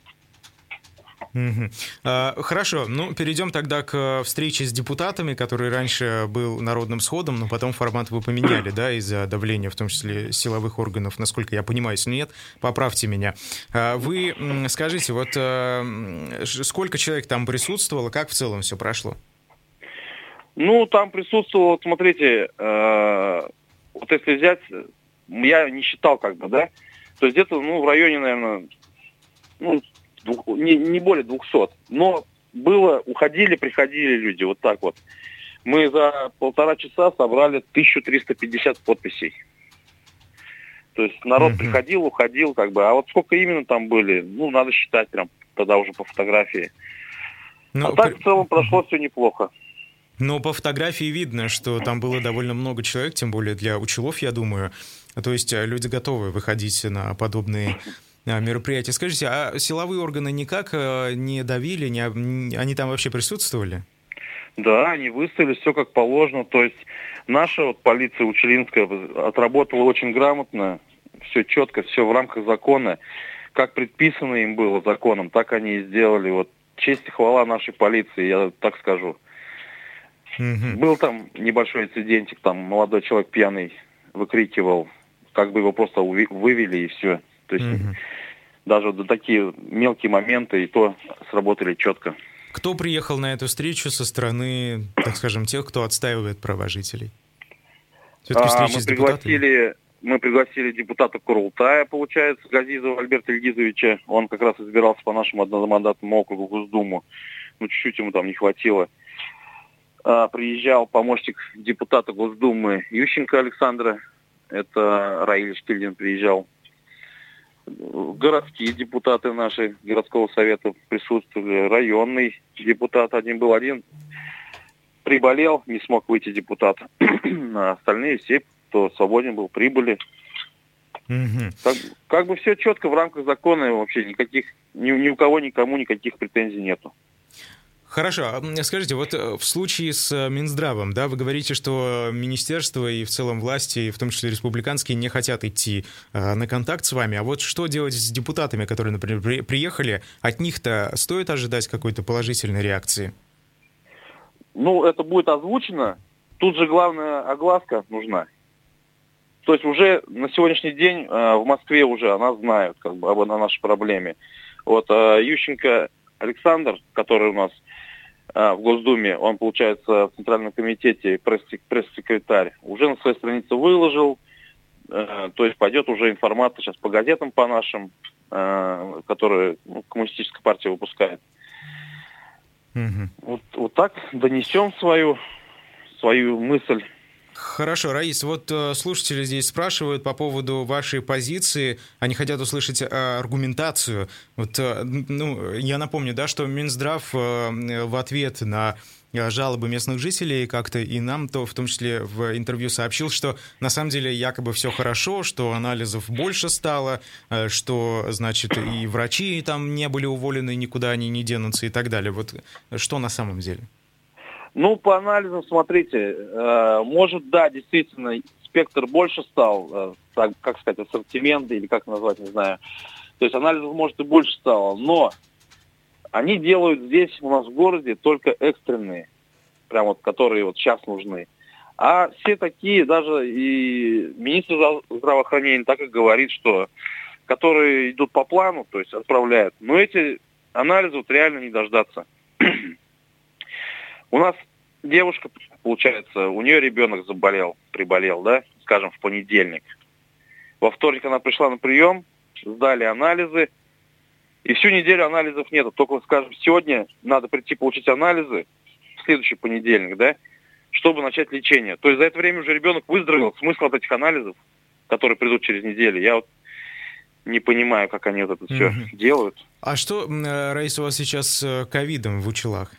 Угу. А, хорошо, ну перейдем тогда к встрече с депутатами, который раньше был народным сходом, но потом формат вы поменяли, да, из-за давления, в том числе силовых органов, насколько я понимаю. Если нет, поправьте меня. А, вы скажите, вот а, сколько человек там присутствовало, как в целом все прошло? Ну, там присутствовало, вот смотрите, э, вот если взять, я не считал как бы, да, то есть где-то, ну, в районе, наверное, ну, двух, не, не более двухсот. Но было, уходили, приходили люди, вот так вот. Мы за полтора часа собрали тысячу триста пятьдесят подписей. То есть народ mm-hmm. приходил, уходил, как бы. А вот сколько именно там были, ну, надо считать прям тогда уже по фотографии. Но, а так при... в целом прошло все неплохо. Но по фотографии видно, что там было довольно много человек, тем более для учелов, я думаю. То есть люди готовы выходить на подобные мероприятия. Скажите, а силовые органы никак не давили, не, они там вообще присутствовали? Да, они выставили все как положено. То есть наша вот полиция учелинская отработала очень грамотно, все четко, все в рамках закона. Как предписано им было законом, так они и сделали. Вот честь и хвала нашей полиции, я так скажу. Mm-hmm. Был там небольшой инцидентик, там молодой человек пьяный выкрикивал, как бы его просто вывели и все. То есть mm-hmm. даже до такие мелкие моменты и то сработали четко. Кто приехал на эту встречу со стороны, так скажем, тех, кто отстаивает права жителей? Все-таки встреча а, мы с пригласили, мы пригласили депутата Курултая, получается, Газизова Альберта Ильгизовича. Он как раз избирался по нашему одномандатному округу в Госдуму. Ну, чуть-чуть ему там не хватило. А, приезжал помощник депутата Госдумы Ющенко Александра. Это Раиль Штильдин приезжал. городские депутаты наши, городского совета присутствовали, районный депутат один был, один приболел, не смог выйти депутат, а остальные все, кто свободен был, прибыли. Угу. Как, как бы все четко в рамках закона, и вообще никаких, ни, ни у кого, никому никаких претензий нету. Хорошо. Скажите, вот в случае с Минздравом, да, вы говорите, что министерство и в целом власти, в том числе республиканские, не хотят идти э, на контакт с вами. А вот что делать с депутатами, которые, например, при, приехали? От них-то стоит ожидать какой-то положительной реакции? Ну, это будет озвучено. Тут же главная огласка нужна. То есть уже на сегодняшний день э, в Москве уже о нас знают, как бы, об, о нашей проблеме. Вот э, Ющенко Александр, который у нас в Госдуме, он, получается, в Центральном комитете пресс-секретарь, уже на своей странице выложил, э, то есть пойдет уже информация сейчас по газетам по нашим, э, которые ну, Коммунистическая партия выпускает. Угу. Вот, вот так донесем свою, свою мысль. Хорошо, Раис, вот э, слушатели здесь спрашивают по поводу вашей позиции, они хотят услышать э, аргументацию. Вот, э, ну, я напомню, да, что Минздрав э, в ответ на жалобы местных жителей как-то и нам, то в том числе в интервью сообщил, что на самом деле якобы все хорошо, что анализов больше стало, э, что, значит, и врачи там не были уволены, никуда они не денутся и так далее. Вот что на самом деле? Ну, по анализам, смотрите, э, может, да, действительно, спектр больше стал, э, так, как сказать, ассортимент, или как назвать, не знаю. То есть анализов, может, и больше стало, но они делают здесь, у нас в городе, только экстренные, прям вот, которые вот сейчас нужны. А все такие, даже и министр здравоохранения так и говорит, что, которые идут по плану, то есть отправляют, но эти анализы вот реально не дождаться. У нас девушка, получается, у нее ребенок заболел, приболел, да, скажем, в понедельник. Во вторник она пришла на прием, сдали анализы, и всю неделю анализов нету. Только, скажем, сегодня надо прийти получить анализы, в следующий понедельник, да, чтобы начать лечение. То есть за это время уже ребенок выздоровел. Смысл от этих анализов, которые придут через неделю, я вот не понимаю, как они вот это все mm-hmm. делают. А что, Раиса, у вас сейчас с ковидом в Учелах?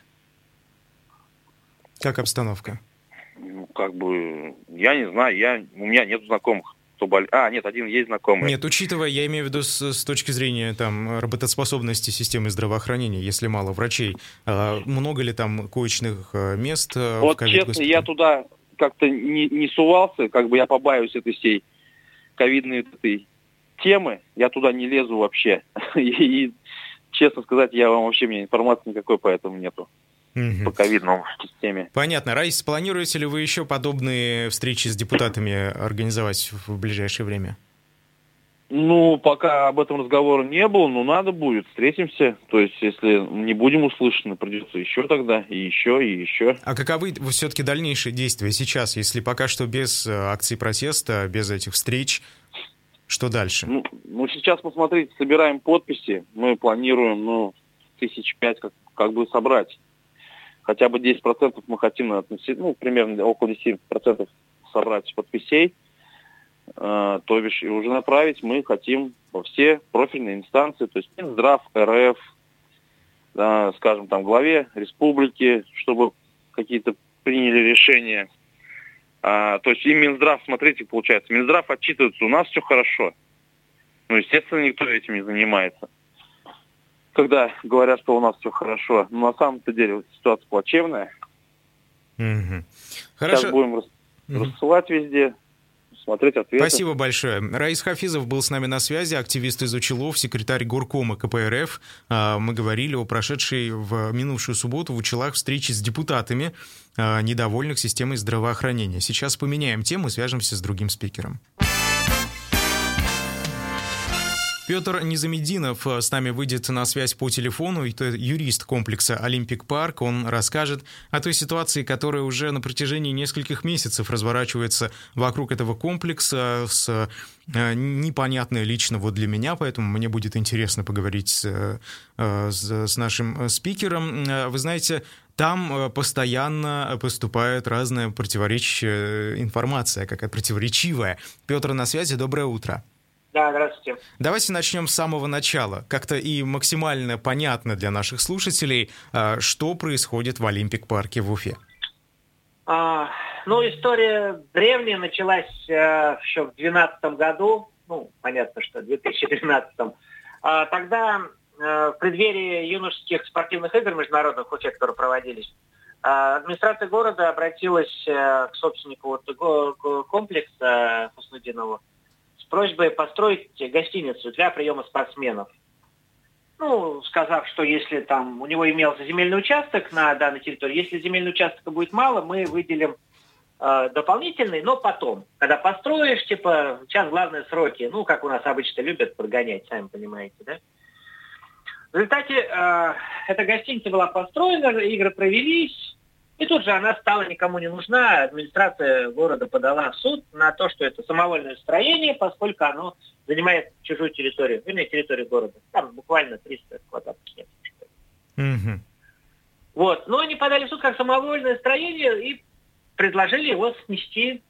Как обстановка? Ну, как бы, я не знаю, я, у меня нет знакомых, кто болеет. А, нет, один есть знакомый. Нет, учитывая, я имею в виду с, с точки зрения там, работоспособности системы здравоохранения, если мало врачей, а много ли там коечных мест вот, в ковид-госпитале? Честно, я туда как-то не, не сувался, как бы я побаиваюсь этой всей ковидной этой темы, я туда не лезу вообще. И, и, честно сказать, я вам вообще, у меня информации никакой по этому нету. Угу. По ковидной системе. Понятно. Раис, планируете ли вы еще подобные встречи с депутатами организовать в ближайшее время? Ну, пока об этом разговора не было, но надо будет, встретимся. То есть, если не будем услышаны, придется еще тогда, и еще, и еще. А каковы все-таки дальнейшие действия сейчас, если пока что без акций протеста, без этих встреч, что дальше? Ну, ну сейчас, посмотрите, собираем подписи, мы планируем, ну, тысяч пять как, как бы собрать. Хотя бы десять процентов мы хотим, ну, примерно около десять процентов собрать подписей, э, то бишь и уже направить мы хотим во все профильные инстанции, то есть Минздрав, эр эф, э, скажем, там, главе республики, чтобы какие-то приняли решения. А, то есть и Минздрав, смотрите, получается, Минздрав отчитывается, у нас все хорошо. Ну, естественно, никто этим не занимается. Когда говорят, что у нас все хорошо, но на самом-то деле ситуация плачевная. Угу. Хорошо. Сейчас будем рас... угу. рассылать везде, смотреть ответы. Спасибо большое. Раис Хафизов был с нами на связи, активист из Учелов, секретарь горкома ка пэ эр эф. Мы говорили о прошедшей в минувшую субботу в Учелах встрече с депутатами, недовольных системой здравоохранения. Сейчас поменяем тему и свяжемся с другим спикером. Петр Низамеддинов с нами выйдет на связь по телефону. Это юрист комплекса «Олимпик Парк». Он расскажет о той ситуации, которая уже на протяжении нескольких месяцев разворачивается вокруг этого комплекса, с непонятной лично вот для меня, поэтому мне будет интересно поговорить с, с, с нашим спикером. Вы знаете, там постоянно поступает разная противоречащая информация, какая противоречивая. Петр на связи, доброе утро. Да, здравствуйте. Давайте начнем с самого начала. Как-то и максимально понятно для наших слушателей, что происходит в Олимпик-парке в Уфе. А, ну, история древняя, началась а, еще в две тысячи двенадцатом году. Ну, понятно, что в две тысячи тринадцатом. А, тогда а, в преддверии юношеских спортивных игр международных, которые проводились, а, администрация города обратилась а, к собственнику вот, комплекса Хуснутдинову с просьбой построить гостиницу для приема спортсменов. Ну, сказав, что если там у него имелся земельный участок на данной территории, если земельного участка будет мало, мы выделим э, дополнительный, но потом, когда построишь, типа, сейчас главное сроки, ну, как у нас обычно любят подгонять, сами понимаете, да? В результате э, эта гостиница была построена, игры провелись, и тут же она стала никому не нужна. Администрация города подала в суд на то, что это самовольное строение, поскольку оно занимает чужую территорию, вернее, территорию города. Там буквально триста квадратных метров. Mm-hmm. Вот. Но они подали в суд как самовольное строение и предложили его снести.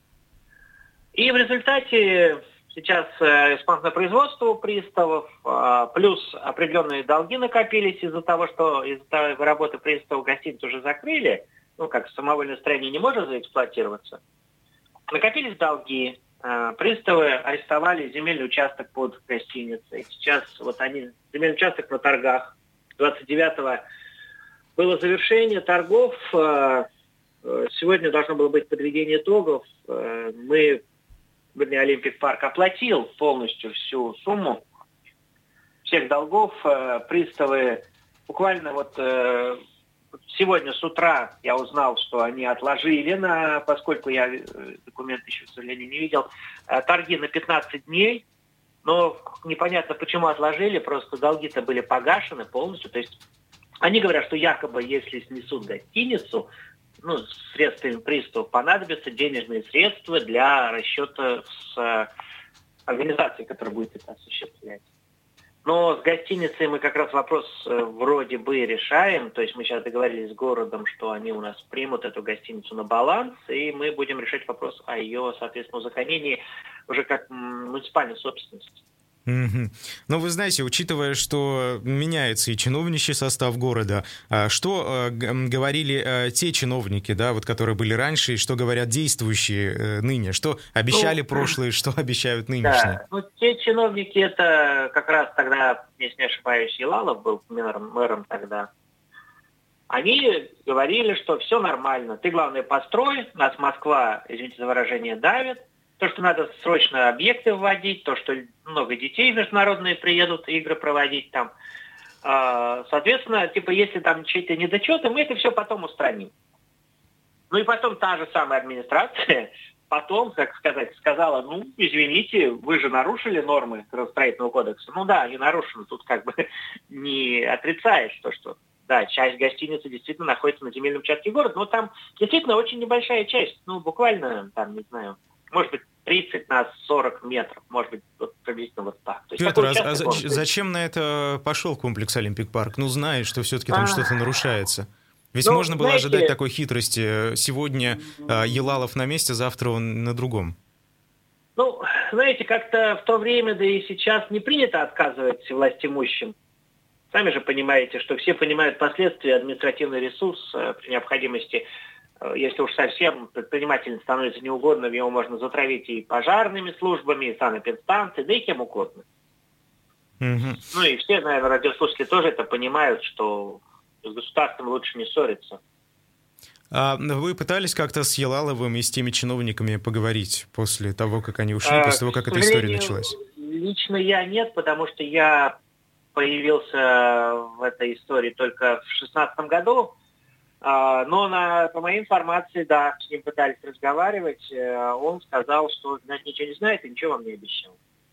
И в результате сейчас э, исполнительное производство у приставов, э, плюс определенные долги накопились из-за того, что из-за того, что работы приставов гостиницу уже закрыли, ну, как самовольное строение не может заэксплуатироваться. Накопились долги, э, приставы арестовали земельный участок под гостиницей. Сейчас вот они, земельный участок на торгах. двадцать девятого было завершение торгов. Э, сегодня должно было быть подведение итогов. Э, мы Вернее, Олимпик-парк оплатил полностью всю сумму всех долгов. Э, приставы буквально вот э, сегодня с утра я узнал, что они отложили, на, поскольку я э, документы еще, к сожалению, не видел, э, торги на пятнадцать дней. Но непонятно, почему отложили, просто долги-то были погашены полностью. То есть они говорят, что якобы если снесут гостиницу, ну, средствами приставов понадобятся денежные средства для расчета с организацией, которая будет это осуществлять. Но с гостиницей мы как раз вопрос вроде бы решаем. То есть мы сейчас договорились с городом, что они у нас примут эту гостиницу на баланс, и мы будем решать вопрос о ее, соответственно, узаконении уже как муниципальной собственности. Mm-hmm. Но вы знаете, учитывая, что меняется и чиновничий состав города, что э, говорили э, те чиновники, да, вот, которые были раньше, и что говорят действующие э, ныне, что обещали ну, прошлые, что обещают нынешние? Да, ну те чиновники, это как раз тогда, если не ошибаюсь, Елалов был мэром, мэром тогда. Они говорили, что все нормально, ты, главное, построй, нас Москва, извините за выражение, давит. То, что надо срочно объекты вводить, то, что много детей международные приедут игры проводить там. Соответственно, типа, если там чьи-то недочеты, мы это все потом устраним. Ну и потом та же самая администрация потом, как сказать, сказала, ну, извините, вы же нарушили нормы градостроительного кодекса. Ну да, они нарушены, тут как бы не отрицаешь то, что да, часть гостиницы действительно находится на земельном участке города, но там действительно очень небольшая часть, ну, буквально, там, не знаю, может быть, тридцать на сорок метров, может быть, вот, приблизительно вот так. То есть Петр, а, а зачем на это пошел комплекс Олимпик-парк? Ну, знает, что все-таки там а... что-то нарушается. Ведь ну, можно было знаете... ожидать такой хитрости. Сегодня э, Елалов на месте, завтра он на другом. Ну, знаете, как-то в то время, да и сейчас не принято отказывать властимущим. Сами же понимаете, что все понимают последствия, административный ресурс э, при необходимости. Если уж совсем предприниматель становится неугодным, его можно затравить и пожарными службами, и санэпидстанцией, да и кем угодно. Mm-hmm. Ну и все, наверное, радиослушатели тоже это понимают, что с государством лучше не ссориться. А вы пытались как-то с Елаловым и с теми чиновниками поговорить после того, как они ушли, а, после того, как эта история началась? Лично я нет, потому что я появился в этой истории только в шестнадцатом году. Но на, по моей информации, да, с ним пытались разговаривать, он сказал, что ничего не знает и ничего вам не обещал.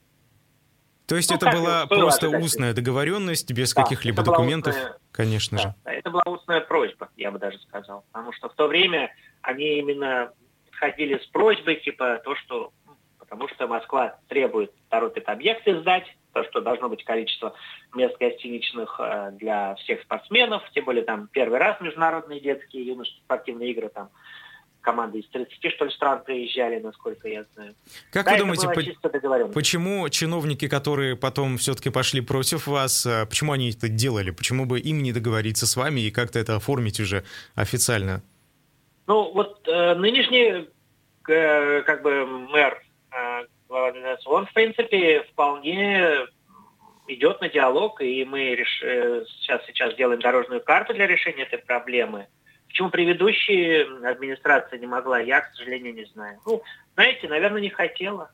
То есть ну, это была просто ожидать. устная договоренность, без да, каких-либо документов, устная, конечно да, же. Да, это была устная просьба, я бы даже сказал. Потому что в то время они именно ходили с просьбой, типа, то, что... Потому что Москва требует, торопит объекты сдать, то, что должно быть количество мест гостиничных для всех спортсменов, тем более там первый раз международные детские юношеские спортивные игры там команды из тридцати, что ли, стран приезжали, насколько я знаю. Как да, вы думаете, по- почему чиновники, которые потом все-таки пошли против вас, почему они это делали? Почему бы им не договориться с вами и как-то это оформить уже официально? Ну, вот э, нынешний э, как бы мэр, э, он, в принципе, вполне идет на диалог, и мы реш... сейчас, сейчас делаем дорожную карту для решения этой проблемы. Почему предыдущая администрация не могла, я, к сожалению, не знаю. Ну, знаете, наверное, не хотела.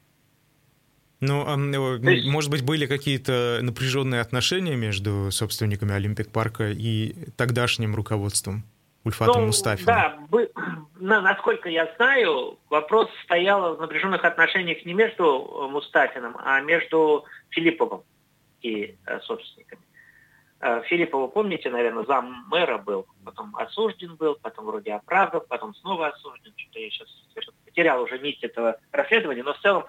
Ну, а, есть... может быть, были какие-то напряженные отношения между собственниками Олимпик-парка и тогдашним руководством Ульфатом ну, Мустафиным? Да, бы... насколько я знаю, вопрос стоял в напряженных отношениях не между Мустафиным, а между Филипповым и э, собственниками. Э, Филиппова, помните, наверное, зам мэра был, потом осужден был, потом вроде оправдан, потом снова осужден. Что-то я сейчас потерял уже нить этого расследования, но в целом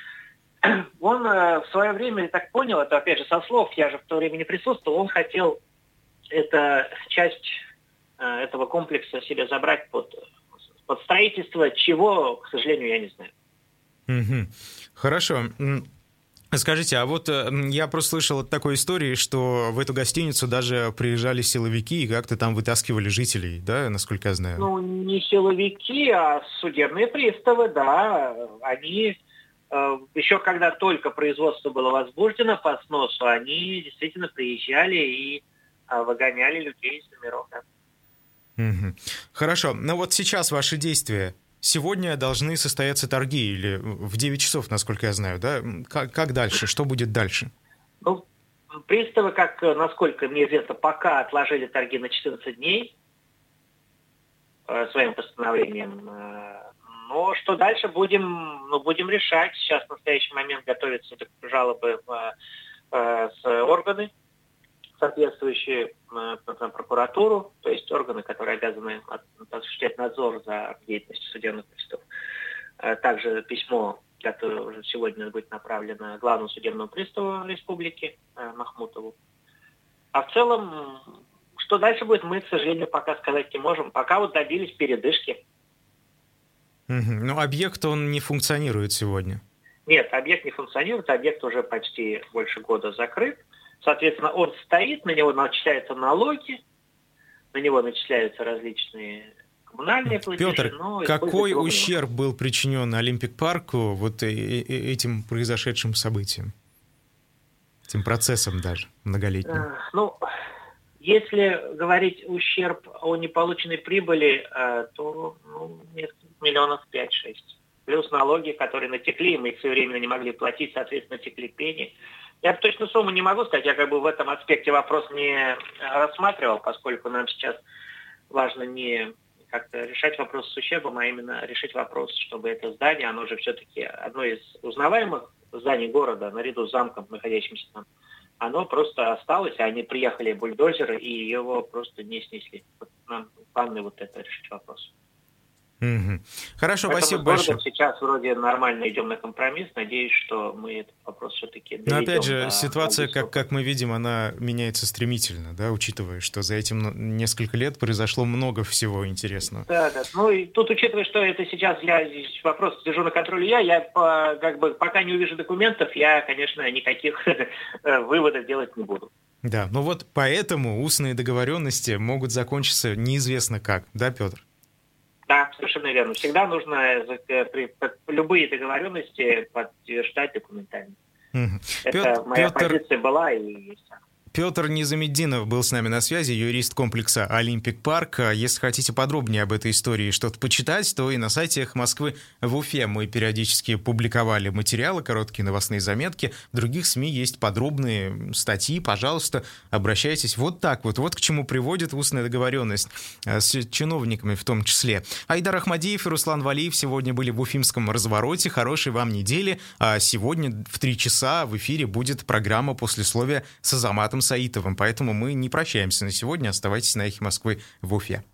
он э, в свое время, я так понял, это опять же со слов, я же в то время не присутствовал, он хотел это, часть э, этого комплекса себе забрать под, под строительство, чего, к сожалению, я не знаю. Угу. Хорошо. Скажите, а вот я просто слышал от такой истории, что в эту гостиницу даже приезжали силовики и как-то там вытаскивали жителей, да, насколько я знаю? Ну, не силовики, а судебные приставы, да. Они, э, еще когда только производство было возбуждено по сносу, они действительно приезжали и э, выгоняли людей из номеров, да. Угу. Хорошо, но вот сейчас ваши действия. Сегодня должны состояться торги, или в девять часов, насколько я знаю, да? Как, как дальше? Что будет дальше? Ну, приставы, как, насколько мне известно, пока отложили торги на четырнадцать дней э, своим постановлением. Э, но что дальше, будем, ну, будем решать. Сейчас в настоящий момент готовятся жалобы э, э, с органы, соответствующие э, прокуратуру, то есть органы, которые обязаны осуществлять надзор за деятельностью судебных приставов. Э, также письмо, которое уже сегодня будет направлено главному судебному приставу республики э, Махмутову. А в целом, что дальше будет, мы, к сожалению, пока сказать не можем. Пока вот добились передышки. Угу. Ну, объект, он не функционирует сегодня? Нет, объект не функционирует, объект уже почти больше года закрыт. Соответственно, он стоит, на него начисляются налоги, на него начисляются различные коммунальные платежи. Петр, но какой ущерб был причинен Олимпик-парку вот этим произошедшим событием? Этим процессом даже многолетним? Ну, если говорить ущерб о неполученной прибыли, то ну, миллионов пять-шесть. Плюс налоги, которые натекли, мы их все время не могли платить, соответственно, текли пени. Я точно сумму не могу сказать, я как бы в этом аспекте вопрос не рассматривал, поскольку нам сейчас важно не как-то решать вопрос с ущербом, а именно решить вопрос, чтобы это здание, оно же все-таки одно из узнаваемых зданий города, наряду с замком, находящимся там, оно просто осталось, а они приехали бульдозеры и его просто не снесли. Вот нам главное вот это решить вопрос. Угу. Хорошо, Поэтому спасибо с большое. Сейчас вроде нормально идем на компромисс. Надеюсь, что мы этот вопрос все-таки доведем. Но опять же, до ситуация, как, как мы видим, она меняется стремительно, да, учитывая, что за этим несколько лет произошло много всего интересного. Да, да. Ну и тут, учитывая, что это сейчас я здесь вопрос держу на контроле я, я по, как бы пока не увижу документов, я, конечно, никаких выводов делать не буду. Да, ну вот поэтому устные договоренности могут закончиться неизвестно как, да, Петр? Да, совершенно верно. Всегда нужно при, любые договоренности подтверждать документально. Угу. Это Петр, моя Петр... позиция была и есть. Петр Низамеддинов был с нами на связи, юрист комплекса «Олимпик-парк». Если хотите подробнее об этой истории что-то почитать, то и на сайте «Эхо Москвы» в Уфе мы периодически публиковали материалы, короткие новостные заметки. В других СМИ есть подробные статьи. Пожалуйста, обращайтесь. Вот так вот. Вот к чему приводит устная договоренность с чиновниками в том числе. Айдар Ахмадиев и Руслан Валиев сегодня были в уфимском развороте. Хорошей вам недели. А сегодня в три часа в эфире будет программа «Послесловие» с Азаматом Саитовым. Поэтому мы не прощаемся на сегодня. Оставайтесь на «Эхе Москвы» в Уфе.